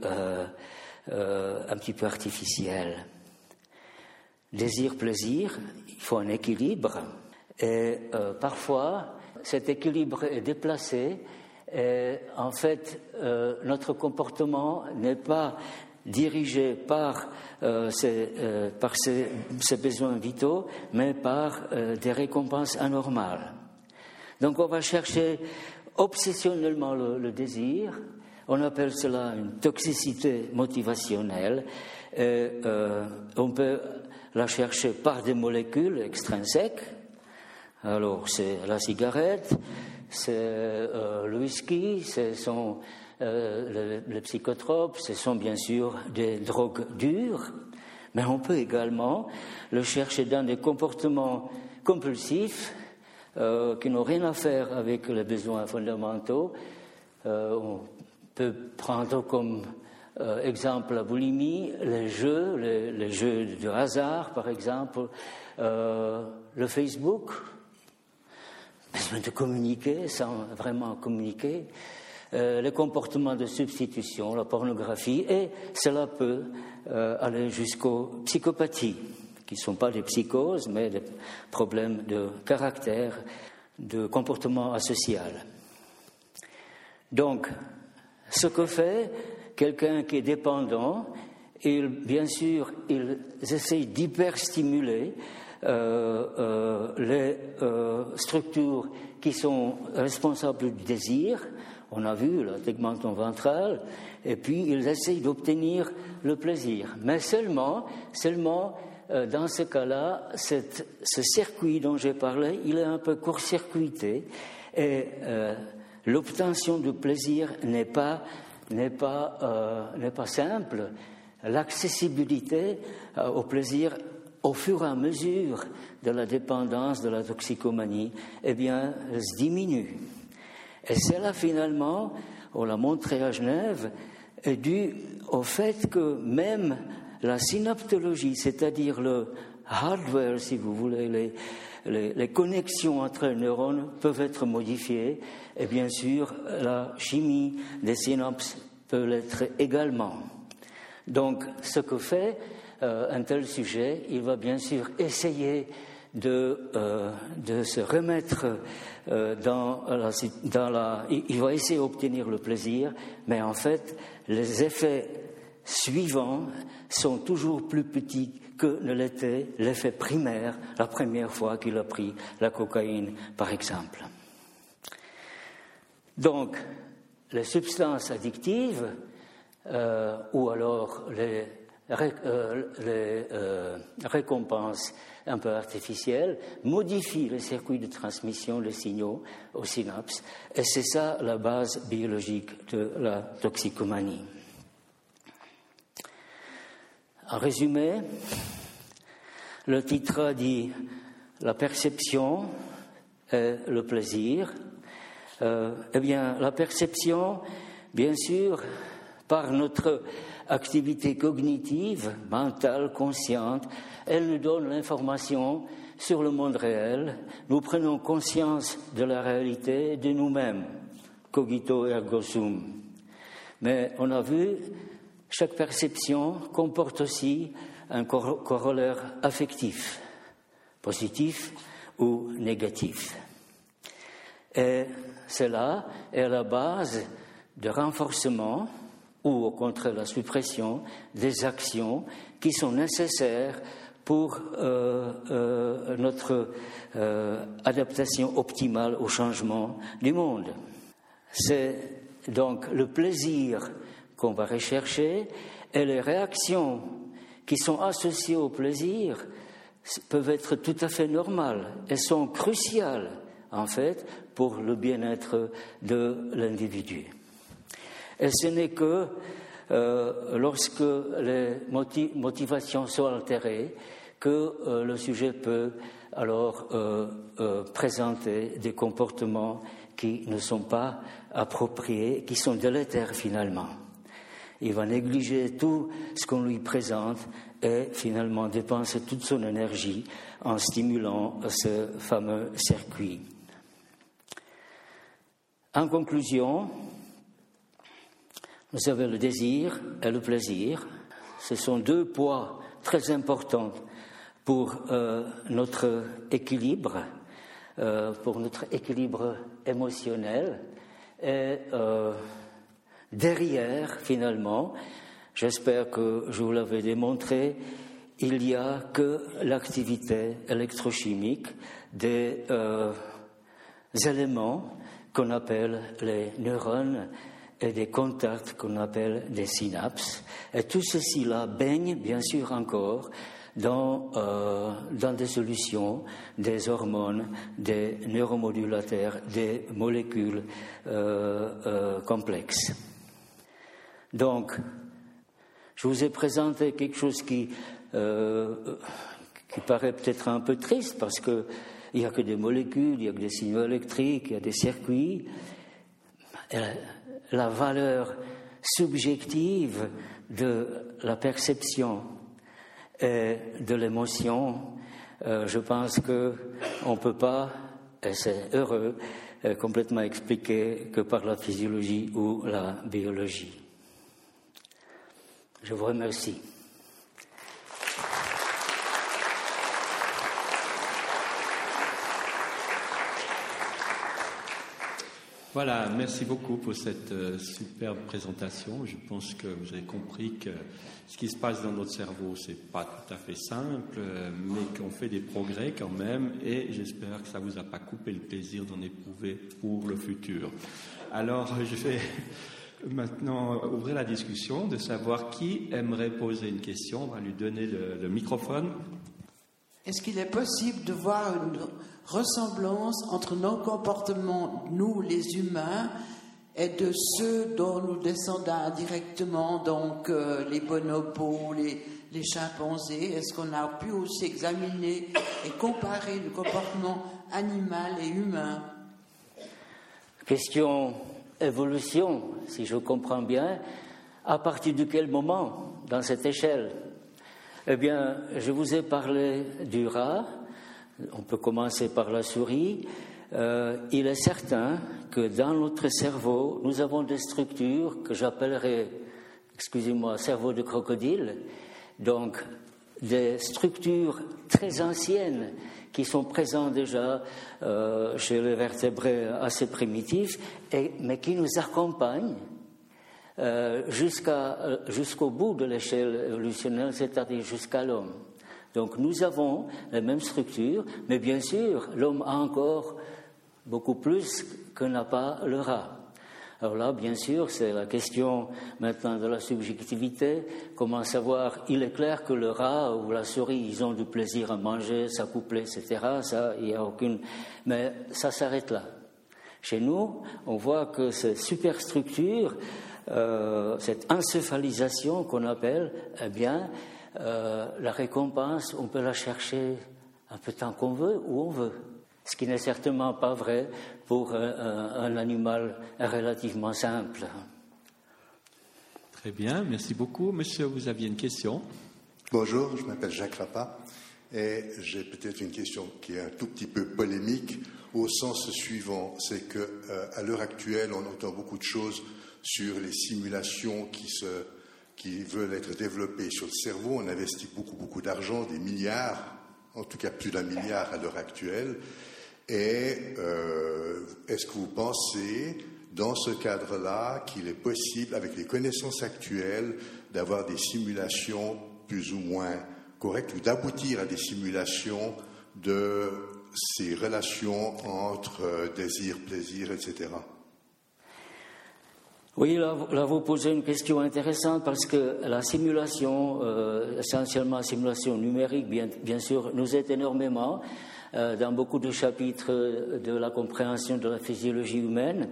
artificiels. Désir, plaisir, il faut un équilibre. Et parfois, cet équilibre est déplacé. Et en fait, notre comportement n'est pas dirigé par ces besoins vitaux, mais par des récompenses anormales. Donc on va chercher obsessionnellement le désir, on appelle cela une toxicité motivationnelle, et on peut la chercher par des molécules extrinsèques. Alors c'est la cigarette, c'est le whisky, ce sont les psychotropes, ce sont bien sûr des drogues dures, mais on peut également le chercher dans des comportements compulsifs qui n'ont rien à faire avec les besoins fondamentaux. On peut prendre comme exemple la boulimie, les jeux de hasard par exemple, le Facebook, besoin de communiquer sans vraiment communiquer, les comportements de substitution, la pornographie, et cela peut aller jusqu'aux psychopathies, qui ne sont pas des psychoses, mais des problèmes de caractère, de comportement asocial. Donc, ce que fait quelqu'un qui est dépendant, bien sûr, ils essayent d'hyperstimuler les structures qui sont responsables du désir. On a vu le tegmentum ventral, et puis ils essayent d'obtenir le plaisir. Mais seulement dans ce cas-là, ce circuit dont j'ai parlé, il est un peu court-circuité, et l'obtention du plaisir n'est pas simple. L'accessibilité au plaisir, au fur et à mesure de la dépendance, de la toxicomanie, eh bien, se diminue. Et cela, finalement, on l'a montré à Genève, est dû au fait que même la synaptologie, c'est-à-dire le hardware, si vous voulez, les connexions entre les neurones peuvent être modifiées, et bien sûr, la chimie des synapses peut l'être également. Donc, ce que fait un tel sujet, il va bien sûr essayer de se remettre il va essayer d'obtenir le plaisir, mais en fait, les effets suivants sont toujours plus petits que ne l'était l'effet primaire la première fois qu'il a pris la cocaïne, par exemple. Donc, les substances addictives ou alors les récompenses un peu artificielles modifient les circuits de transmission des signaux aux synapses, et c'est ça la base biologique de la toxicomanie. En résumé, le titre dit la perception et le plaisir. Eh bien, la perception, bien sûr, par notre activité cognitive, mentale, consciente, elle nous donne l'information sur le monde réel. Nous prenons conscience de la réalité de nous-mêmes, cogito ergo sum. Mais on a vu, chaque perception comporte aussi un corollaire affectif, positif ou négatif. Et cela est à la base de renforcement ou au contraire la suppression des actions qui sont nécessaires pour notre adaptation optimale au changement du monde. C'est donc le plaisir qu'on va rechercher, et les réactions qui sont associées au plaisir peuvent être tout à fait normales et sont cruciales en fait pour le bien-être de l'individu. Et ce n'est que lorsque les motivations sont altérées que le sujet peut alors présenter des comportements qui ne sont pas appropriés, qui sont délétères finalement. Il va négliger tout ce qu'on lui présente et finalement dépenser toute son énergie en stimulant ce fameux circuit. En conclusion, vous avez le désir et le plaisir. Ce sont deux poids très importants pour notre équilibre émotionnel. Et derrière, finalement, j'espère que je vous l'avais démontré, il n'y a que l'activité électrochimique des éléments qu'on appelle les neurones et des contacts qu'on appelle des synapses. Et tout ceci-là baigne, bien sûr, encore dans des solutions, des hormones, des neuromodulateurs, des molécules complexes. Donc, je vous ai présenté quelque chose qui paraît peut-être un peu triste, parce qu'il n'y a que des molécules, il n'y a que des signaux électriques, il y a des circuits. La valeur subjective de la perception et de l'émotion, je pense qu'on ne peut pas, et c'est heureux, complètement expliquer que par la physiologie ou la biologie. Je vous remercie. Voilà, merci beaucoup pour cette superbe présentation. Je pense que vous avez compris que ce qui se passe dans notre cerveau, c'est pas tout à fait simple, mais qu'on fait des progrès quand même, et j'espère que ça vous a pas coupé le plaisir d'en éprouver pour le futur. Alors, je vais maintenant ouvrir la discussion, de savoir qui aimerait poser une question. On va lui donner le microphone. Est-ce qu'il est possible de voir une ressemblance entre nos comportements, nous les humains, et de ceux dont nous descendons indirectement, donc les bonobos, les chimpanzés? Est-ce qu'on a pu aussi examiner et comparer le comportement animal et humain? Question évolution, si je comprends bien. À partir de quel moment dans cette échelle? Eh bien, je vous ai parlé du rat. On peut commencer par la souris. Il est certain que dans notre cerveau, nous avons des structures que j'appellerais, excusez-moi, cerveau de crocodile, donc des structures très anciennes qui sont présentes déjà chez les vertébrés assez primitifs, mais qui nous accompagnent jusqu'au bout de l'échelle évolutionnelle, c'est-à-dire jusqu'à l'homme. Donc nous avons les mêmes structures, mais bien sûr, l'homme a encore beaucoup plus que n'a pas le rat. Alors là, bien sûr, c'est la question maintenant de la subjectivité. Comment savoir? Il est clair que le rat ou la souris, ils ont du plaisir à manger, s'accoupler, etc. Ça, il n'y a aucune... Mais ça s'arrête là. Chez nous, on voit que ces superstructures, cette encéphalisation qu'on appelle, eh bien, la récompense, on peut la chercher un peu tant qu'on veut, où on veut. Ce qui n'est certainement pas vrai pour un animal relativement simple. Très bien, merci beaucoup. Monsieur, vous aviez une question? Bonjour, je m'appelle Jacques Rappa et j'ai peut-être une question qui est un tout petit peu polémique au sens suivant, c'est qu'à l'heure actuelle, on entend beaucoup de choses sur les simulations qui veulent être développées sur le cerveau. On investit beaucoup d'argent, des milliards, en tout cas plus d'1 milliard à l'heure actuelle. Et est-ce que vous pensez, dans ce cadre-là, qu'il est possible, avec les connaissances actuelles, d'avoir des simulations plus ou moins correctes ou d'aboutir à des simulations de ces relations entre désir, plaisir, etc. Oui, là vous posez une question intéressante parce que la simulation, essentiellement la simulation numérique, bien sûr, nous aide énormément dans beaucoup de chapitres de la compréhension de la physiologie humaine.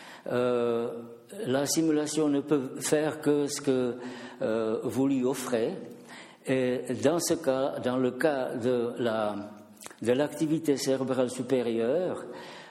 La simulation ne peut faire que ce que vous lui offrez. Et dans ce cas, dans le cas de l'activité cérébrale supérieure,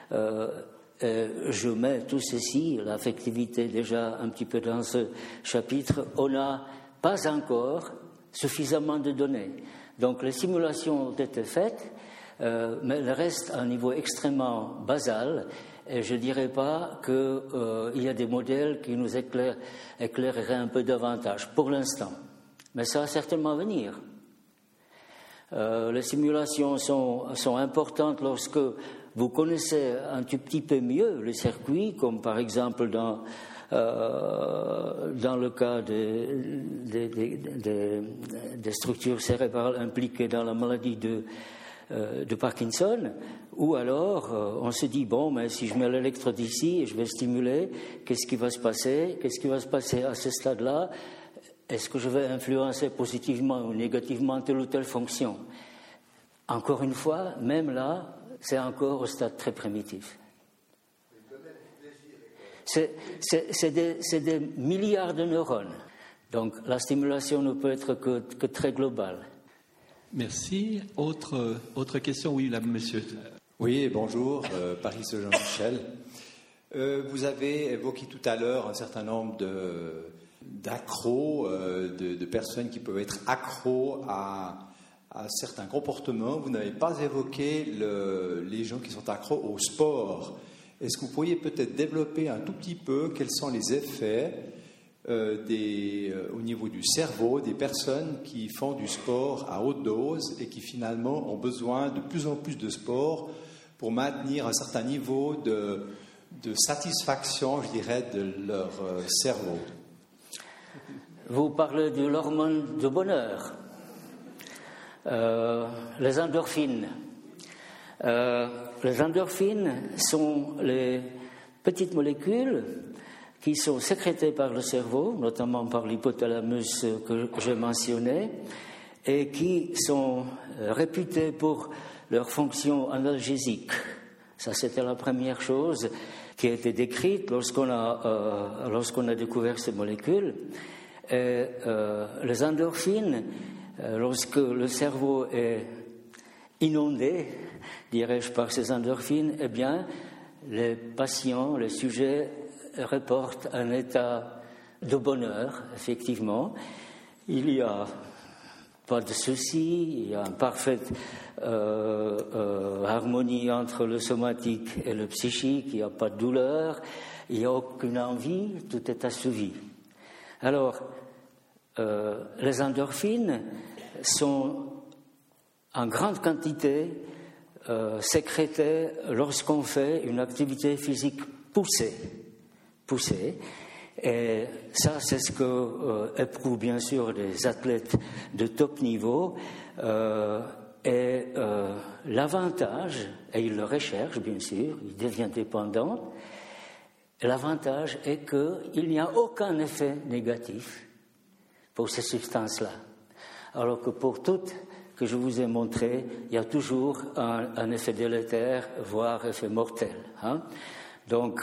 je mets tout ceci, l'affectivité déjà un petit peu dans ce chapitre, on n'a pas encore suffisamment de données. Donc les simulations ont été faites, mais elles restent à un niveau extrêmement basal, et je ne dirais pas qu'il y a des modèles qui nous éclaireraient un peu davantage, pour l'instant. Mais ça va certainement venir. Les simulations sont importantes lorsque vous connaissez un tout petit peu mieux les circuits, comme par exemple dans le cas des structures cérébrales impliquées dans la maladie de Parkinson, ou alors on se dit, bon, mais si je mets l'électrode ici et je vais stimuler, qu'est-ce qui va se passer? Qu'est-ce qui va se passer à ce stade-là? Est-ce que je vais influencer positivement ou négativement telle ou telle fonction? Encore une fois, même là, c'est encore au stade très primitif. C'est des milliards de neurones. Donc la stimulation ne peut être que très globale. Merci. Autre question? Oui, là, monsieur. Oui, bonjour, Paris Jean-Michel. Vous avez évoqué tout à l'heure un certain nombre d'accros, de personnes qui peuvent être accros à certains comportements. Vous n'avez pas évoqué les gens qui sont accros au sport. Est-ce que vous pourriez peut-être développer un tout petit peu quels sont les effets au niveau du cerveau des personnes qui font du sport à haute dose et qui finalement ont besoin de plus en plus de sport pour maintenir un certain niveau de satisfaction, je dirais, de leur cerveau? Vous parlez de l'hormone de bonheur. Les endorphines. Les endorphines sont les petites molécules qui sont sécrétées par le cerveau, notamment par l'hypothalamus que j'ai mentionné, et qui sont réputées pour leur fonction analgésique. Ça, c'était la première chose qui a été décrite lorsqu'on a découvert ces molécules. Et, les endorphines, lorsque le cerveau est inondé, dirais-je, par ces endorphines, eh bien, les patients, les sujets reportent un état de bonheur, effectivement. Il n'y a pas de souci, il y a une parfaite harmonie entre le somatique et le psychique, il n'y a pas de douleur, il n'y a aucune envie, tout est assouvi. Alors, les endorphines sont en grande quantité sécrétées lorsqu'on fait une activité physique poussée. Et ça, c'est ce que éprouvent bien sûr les athlètes de top niveau. Et l'avantage, et ils le recherchent bien sûr, ils deviennent dépendants, l'avantage est qu'il n'y a aucun effet négatif pour ces substances-là. Alors que pour toutes que je vous ai montrées, il y a toujours un effet délétère, voire effet mortel. Donc,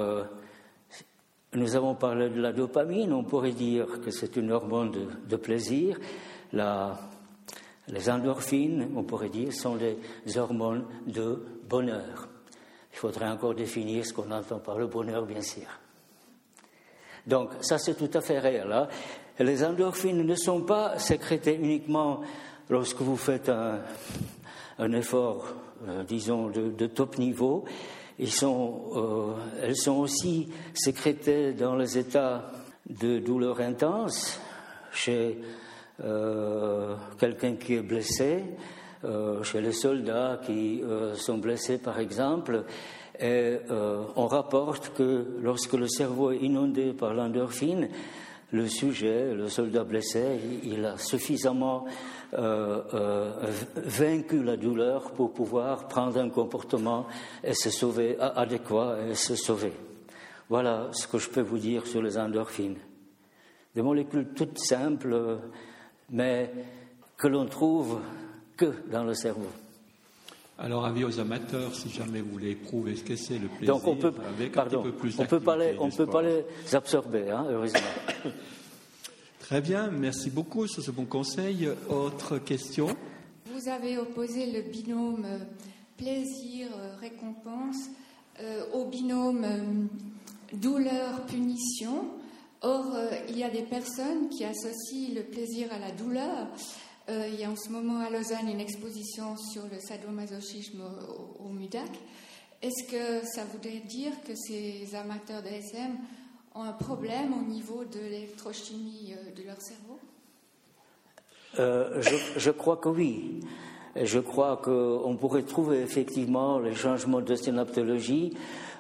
nous avons parlé de la dopamine, on pourrait dire que c'est une hormone de plaisir. Les endorphines, on pourrait dire, sont les hormones de bonheur. Il faudrait encore définir ce qu'on entend par le bonheur, bien sûr. Donc, ça, c'est tout à fait réel. Les endorphines ne sont pas sécrétées uniquement lorsque vous faites un effort, disons, de top niveau. Elles sont aussi sécrétées dans les états de douleur intense, chez quelqu'un qui est blessé, chez les soldats qui sont blessés par exemple, et on rapporte que lorsque le cerveau est inondé par l'endorphine, le sujet, le soldat blessé, il a suffisamment vaincu la douleur pour pouvoir prendre un comportement et se sauver, adéquat et se sauver. Voilà ce que je peux vous dire sur les endorphines. Des molécules toutes simples, mais que l'on trouve que dans le cerveau. Alors, avis aux amateurs, si jamais vous voulez éprouver ce que c'est le plaisir, donc on peut, avec pardon, un petit peu plus on peut pas les absorber, heureusement. Très bien, merci beaucoup sur ce bon conseil. Autre question? Vous avez opposé le binôme plaisir-récompense au binôme douleur-punition. Or, il y a des personnes qui associent le plaisir à la douleur. Il y a en ce moment à Lausanne une exposition sur le sadomasochisme au MUDAC. Est-ce que ça voudrait dire que ces amateurs d'ASM ont un problème au niveau de l'électrochimie de leur cerveau? Je crois que oui. Je crois qu'on pourrait trouver effectivement les changements de synaptologie.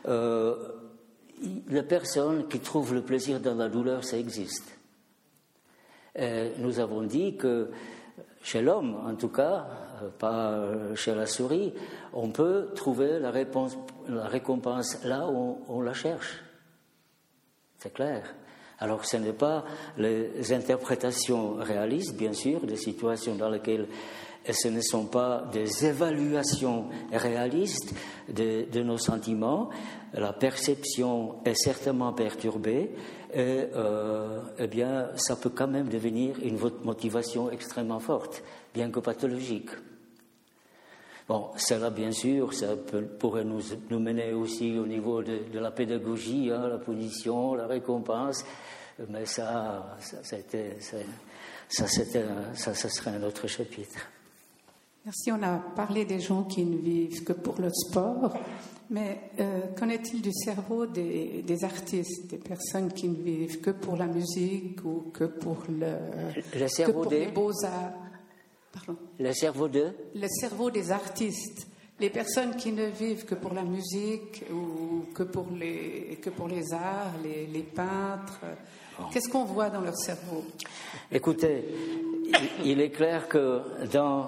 Les personnes qui trouvent le plaisir dans la douleur, ça existe. Et nous avons dit que chez l'homme, en tout cas, pas chez la souris, on peut trouver la récompense là où on la cherche. C'est clair. Alors ce n'est pas les interprétations réalistes, bien sûr, des situations dans lesquelles ce ne sont pas des évaluations réalistes de nos sentiments. La perception est certainement perturbée et eh bien, ça peut quand même devenir une motivation extrêmement forte, bien que pathologique. Bon, cela, bien sûr, ça pourrait nous mener aussi au niveau de la pédagogie, la punition, la récompense, mais ça serait un autre chapitre. Merci. On a parlé des gens qui ne vivent que pour le sport, mais qu'en est-il du cerveau des artistes, des personnes qui ne vivent que pour la musique ou que pour les beaux-arts? Pardon. Le cerveau Le cerveau des artistes. Les personnes qui ne vivent que pour la musique ou que pour les arts, les peintres. Oh. Qu'est-ce qu'on voit dans leur cerveau? Écoutez, il est clair que dans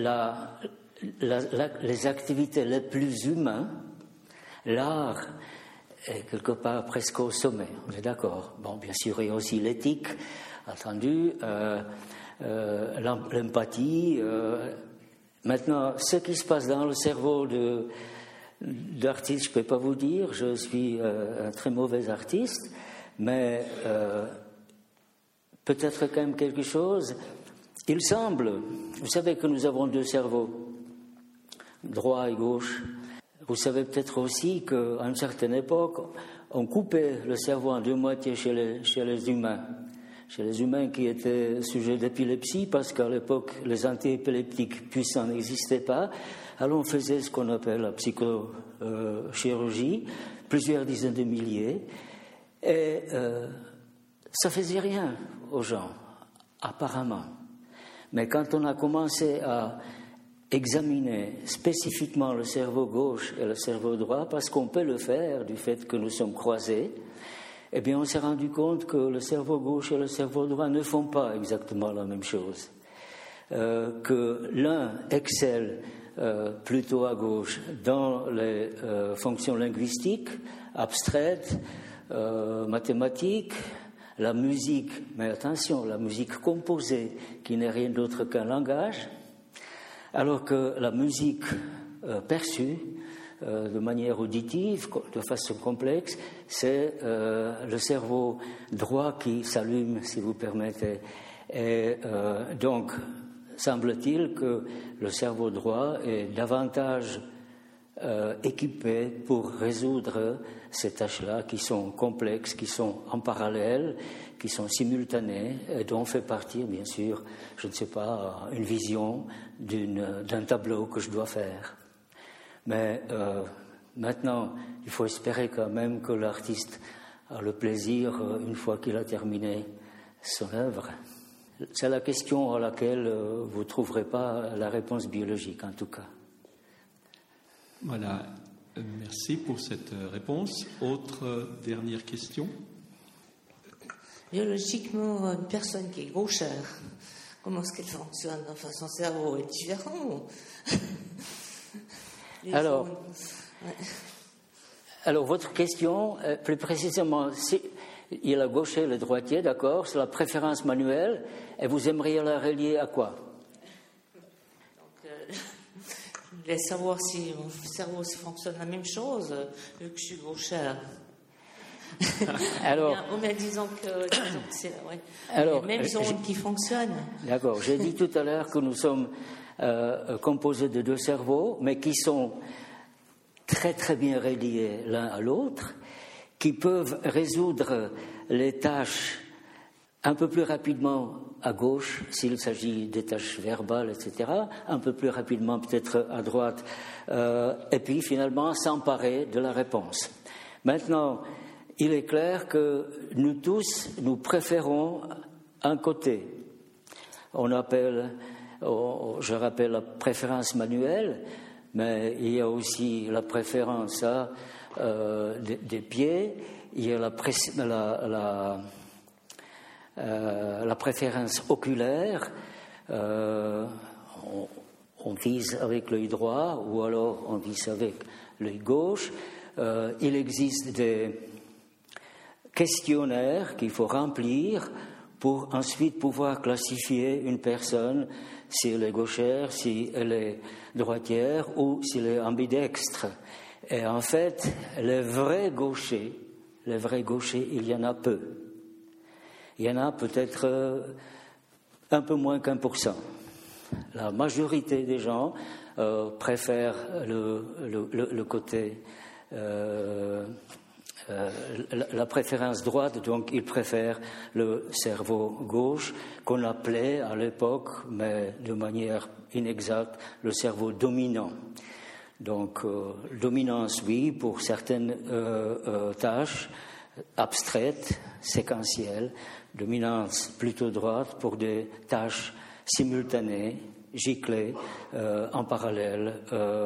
les activités les plus humaines, l'art est quelque part presque au sommet, on est d'accord. Bon, bien sûr, il y a aussi l'éthique, entendu, l'empathie. Maintenant, ce qui se passe dans le cerveau d'artiste, je ne peux pas vous dire, je suis un très mauvais artiste, mais peut-être quand même quelque chose. Il semble, vous savez que nous avons deux cerveaux, droit et gauche. Vous savez peut-être aussi qu'à une certaine époque, on coupait le cerveau en deux moitiés chez les humains. Chez les humains qui étaient sujets d'épilepsie, parce qu'à l'époque, les antiépileptiques puissants n'existaient pas. Alors on faisait ce qu'on appelle la psychochirurgie, plusieurs dizaines de milliers, et ça faisait rien aux gens. apparemment. Mais quand on a commencé à examiner spécifiquement le cerveau gauche et le cerveau droit, parce qu'on peut le faire du fait que nous sommes croisés, eh bien on s'est rendu compte que le cerveau gauche et le cerveau droit ne font pas exactement la même chose. Que l'un excelle plutôt à gauche dans les fonctions linguistiques, abstraites, mathématiques, la musique, mais attention, la musique composée qui n'est rien d'autre qu'un langage, alors que la musique perçue de manière auditive, de façon complexe, c'est le cerveau droit qui s'allume, si vous permettez. Et donc, semble-t-il que le cerveau droit est davantage équipé pour résoudre ces tâches-là qui sont complexes, qui sont en parallèle, qui sont simultanées, et dont fait partie, bien sûr, je ne sais pas, une vision d'un tableau que je dois faire. Mais maintenant, il faut espérer quand même que l'artiste a le plaisir, une fois qu'il a terminé son œuvre. C'est la question à laquelle vous ne trouverez pas la réponse biologique, en tout cas. Voilà, merci pour cette réponse. Autre dernière question? Biologiquement, une personne qui est gauchère, comment est-ce qu'elle fonctionne? Enfin, son cerveau est différent. Alors, votre question, plus précisément, il y a la gaucher et le droitier, d'accord, c'est la préférence manuelle, et vous aimeriez la relier à quoi? Je voulais savoir si mon cerveau fonctionne la même chose, vu que je suis gauchère. Alors, disons que c'est les mêmes zones qui fonctionnent. D'accord, j'ai dit tout à l'heure que nous sommes composés de deux cerveaux, mais qui sont très très bien reliés l'un à l'autre, qui peuvent résoudre les tâches un peu plus rapidement à gauche, s'il s'agit des tâches verbales, etc., un peu plus rapidement peut-être à droite, et puis finalement s'emparer de la réponse. Maintenant, il est clair que nous tous, nous préférons un côté. Je rappelle la préférence manuelle, mais il y a aussi la préférence des pieds, il y a la préférence oculaire, on vise avec l'œil droit ou alors on vise avec l'œil gauche. Il existe des questionnaires qu'il faut remplir pour ensuite pouvoir classifier une personne si elle est gauchère, si elle est droitière ou si elle est ambidextre. Et en fait, les vrais gauchers, il y en a peu. Il y en a peut-être un peu moins qu'1%. La majorité des gens préfèrent le côté, la préférence droite, donc ils préfèrent le cerveau gauche, qu'on appelait à l'époque, mais de manière inexacte, le cerveau dominant. Donc, dominance, oui, pour certaines tâches abstraites, séquentielles, dominance plutôt droite pour des tâches simultanées, giclées, en parallèle,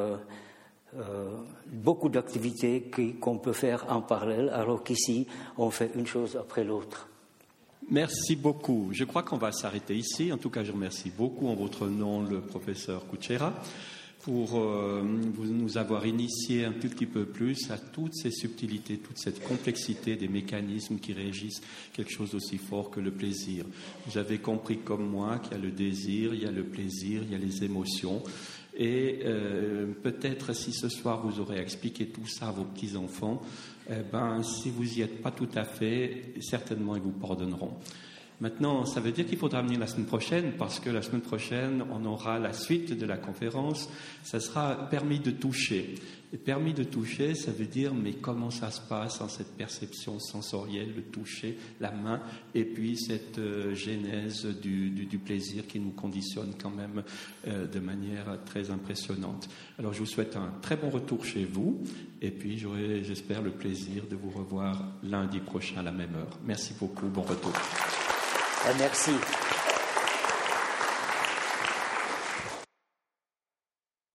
beaucoup d'activités qu'on peut faire en parallèle, alors qu'ici, on fait une chose après l'autre. Merci beaucoup. Je crois qu'on va s'arrêter ici. En tout cas, je remercie beaucoup en votre nom le professeur Kuchera pour nous avoir initié un tout petit peu plus à toutes ces subtilités, toute cette complexité des mécanismes qui régissent quelque chose d'aussi fort que le plaisir. Vous avez compris comme moi qu'il y a le désir, il y a le plaisir, il y a les émotions. Et peut-être si ce soir vous aurez expliqué tout ça à vos petits-enfants, si vous n'y êtes pas tout à fait, certainement ils vous pardonneront. Maintenant, ça veut dire qu'il faudra venir la semaine prochaine, parce que la semaine prochaine, on aura la suite de la conférence. Ça sera permis de toucher. Et permis de toucher, ça veut dire, mais comment ça se passe en cette perception sensorielle, le toucher, la main, et puis cette genèse du plaisir qui nous conditionne quand même de manière très impressionnante. Alors, je vous souhaite un très bon retour chez vous, et puis j'aurai, j'espère, le plaisir de vous revoir lundi prochain à la même heure. Merci beaucoup, bon retour. Merci.